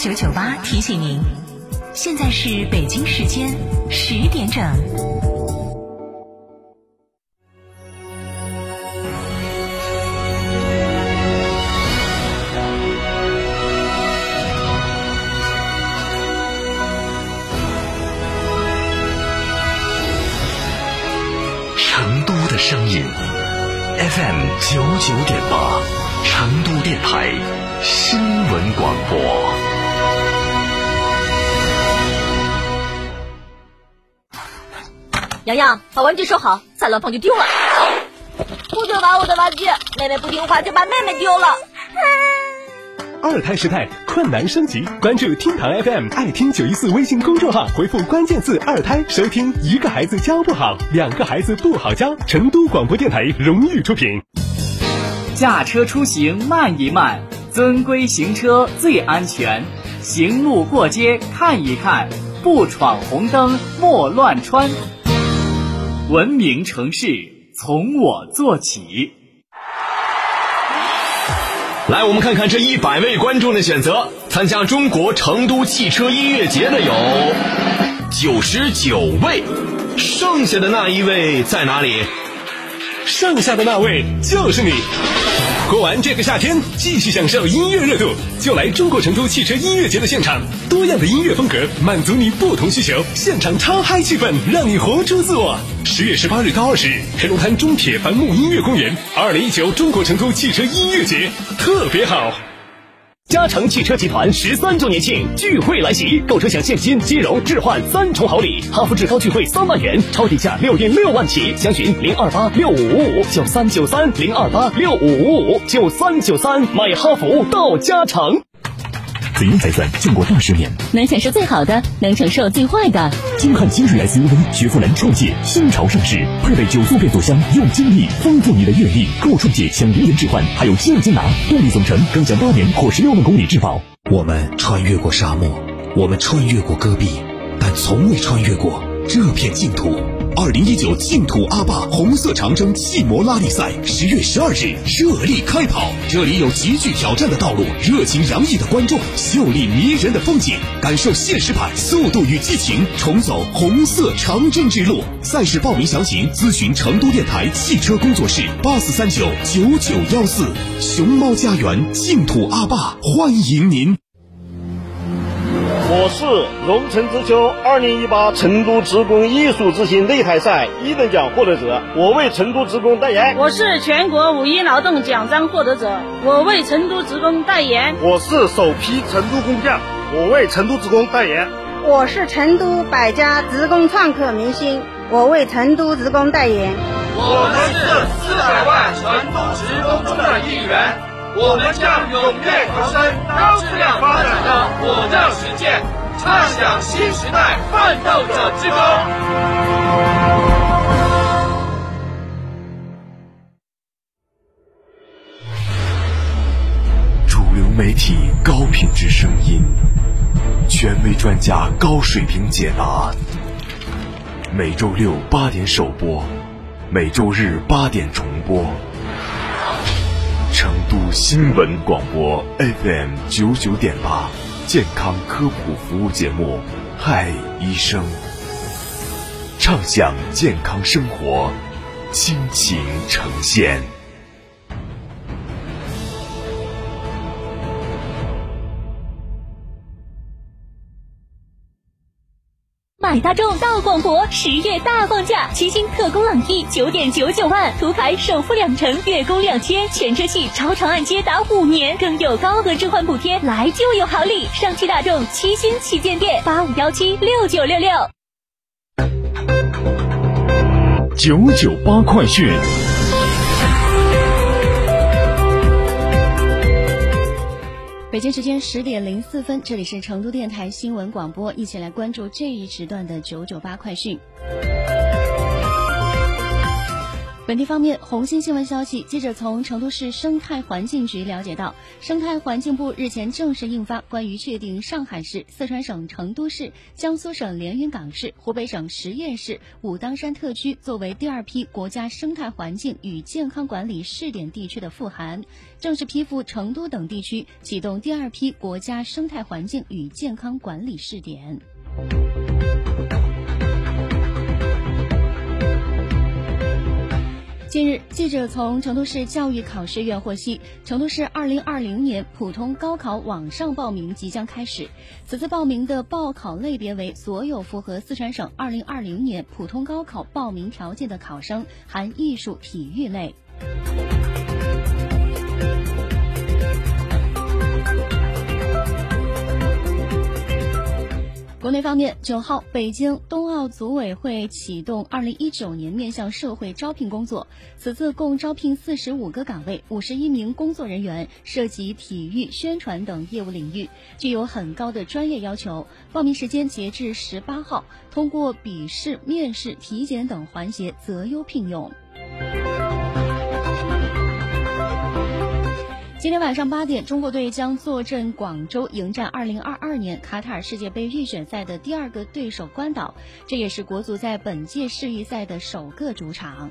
998提醒您，现在是北京时间10点整。 成都的声音 FM 99.8，成都电台新闻广播。 洋洋，把玩具收好，再乱放就丢了。不准玩我的玩具，妹妹不听话就把妹妹丢了。 二胎时代困难升级，关注厅堂 FM 爱听914微信公众号，回复关键字二胎，收听一个孩子教不好，两个孩子不好教。成都广播电台荣誉出品。 驾车出行慢一慢，遵规行车最安全。行路过街看一看，不闯红灯莫乱穿。文明城市从我做起。 来，我们看看这100位观众的选择。参加中国成都汽车音乐节的有99位，剩下的那一位在哪里？ 剩下的那位就是你。过完这个夏天，继续享受音乐热度，就来中国成都汽车音乐节的现场，多样的音乐风格满足你不同需求，现场超嗨气氛，让你活出自我。10月18日到20日，黑龙滩中铁帆木音乐公园，2019中国成都汽车音乐节特别好。 嘉诚汽车集团13周年庆聚会来袭，购车享现金、金融、置换3重好礼，哈弗至高聚会3万元，超低价6.6万起，详询02865559393，02865559393，买哈弗到嘉诚。 怎样才算见过大世面？ 能享受最好的，能承受最坏的。 京汉精锐 SUV 雪佛兰创界新潮上市，配备9速变速箱，用精力丰富你的阅历。购创界享0元置换，还有现金拿，动力总成更享8年或16万公里质保。 我们穿越过沙漠，我们穿越过戈壁，但从未穿越过这片净土。2019净土阿坝红色长征气模拉力赛10月12日热力开跑，这里有极具挑战的道路，热情洋溢的观众，秀丽迷人的风景，感受现实版速度与激情，重走红色长征之路。赛事报名详情咨询成都电台汽车工作室84399914。熊猫家园净土阿坝欢迎您。 我是龙城之秋2018成都职工艺术之星擂台赛1等奖获得者，我为成都职工代言。 我是全国5·1劳动奖章获得者，我为成都职工代言。 我是首批成都工匠，我为成都职工代言。 我是成都百家职工创客明星，我为成都职工代言。 我们是400万成都职工中的一员，我们将踊跃投身高质量发展的火热实践，畅享新时代奋斗者之功。 主流媒体高品质声音，权威专家高水平解答。每周六8点首播，每周日8点重播。成都新闻广播 FM 99.8健康科普服务节目《嗨医生》，畅享健康生活，倾情呈现。 买大众到广博10月大放价，七星特工朗逸9.99万，途凯首付2成，月供2000，全车系超长按揭达5年，更有高额置换补贴，来就有好礼！上汽大众七星旗舰店85176966。 998快讯。 北京时间10点04分，这里是成都电台新闻广播，一起来关注这一时段的998快讯。 本地方面，红星新闻消息，记者从成都市生态环境局了解到，生态环境部日前正式印发关于确定上海市、四川省成都市、江苏省连云港市、湖北省十堰市、武当山特区作为第2批国家生态环境与健康管理试点地区的复函，正式批复成都等地区启动第2批国家生态环境与健康管理试点。近日，记者从成都市教育考试院获悉，成都市2020年普通高考网上报名即将开始。此次报名的报考类别为所有符合四川省2020年普通高考报名条件的考生，含艺术、体育类。国内方面，9号，北京冬奥组委会启动2019年面向社会招聘工作，此次共招聘45个岗位，51名工作人员，涉及体育、宣传等业务领域，具有很高的专业要求。报名时间截至18号，通过笔试、面试、体检等环节择优聘用。今天晚上8点，中国队将坐镇广州迎战2022年卡塔尔世界杯预选赛的第2个对手关岛，这也是国足在本届世预赛的首个主场。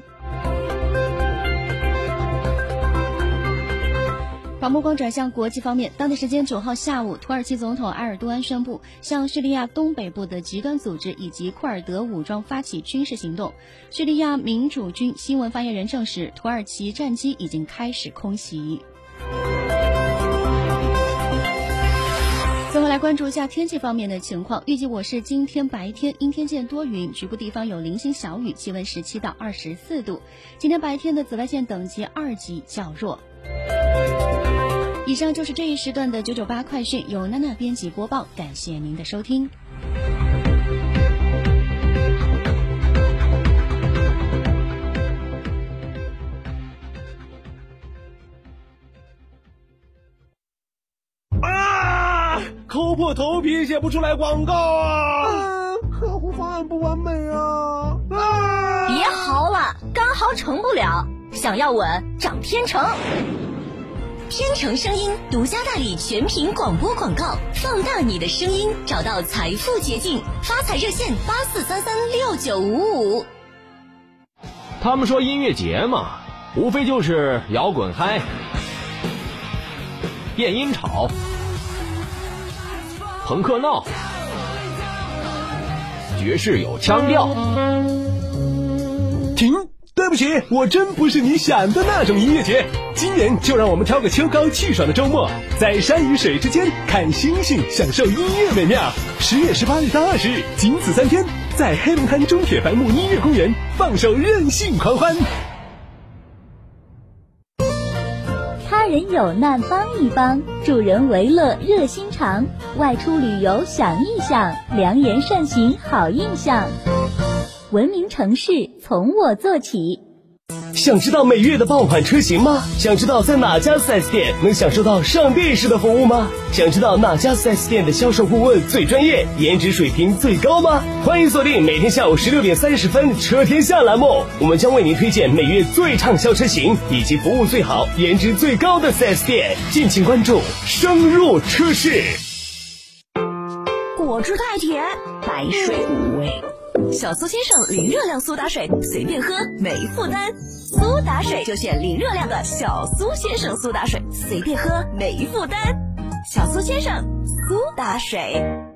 把目光转向国际方面，当地时间9号下午，土耳其总统埃尔多安宣布向叙利亚东北部的极端组织以及库尔德武装发起军事行动。叙利亚民主军新闻发言人证实，土耳其战机已经开始空袭。最后来关注一下天气方面的情况，预计我市今天白天阴天见多云，局部地方有零星小雨，气温17到24度。今天白天的紫外线等级2级，较弱。以上就是这一时段的998快讯，由娜娜编辑播报，感谢您的收听。 抠破头皮写不出来广告啊！ 客户方案不完美啊！ 别嚎了，刚嚎成不了，想要稳找天成。 天成声音独家代理全屏广播广告，放大你的声音，找到财富捷径。发财热线84336955。 他们说音乐节嘛，无非就是摇滚嗨、电音吵、朋克闹、爵士有腔调。 停，对不起，我真不是你想的那种音乐节。今年就让我们挑个秋高气爽的周末，在山与水之间看星星，享受音乐美妙。10月18日到20日，仅此3天，在黑龙滩中铁繁木音乐公园放手任性狂欢。 他人有难帮一帮，助人为乐热心肠，外出旅游想一想，良言善行好印象。文明城市从我做起。 想知道每月的爆款车型吗？想知道在哪家 4S 店能享受到上帝式的服务吗？想知道哪家 4S 店的销售顾问最专业，颜值水平最高吗？欢迎锁定每天下午16点30分车天下栏目，我们将为您推荐每月最畅销车型以及服务最好、颜值最高的 4S 店，敬请关注深入车市。 果汁太甜，白水无味。小苏先生零热量苏打水，随便喝没负担。苏打水就选零热量的小苏先生苏打水，随便喝没负担。小苏先生苏打水。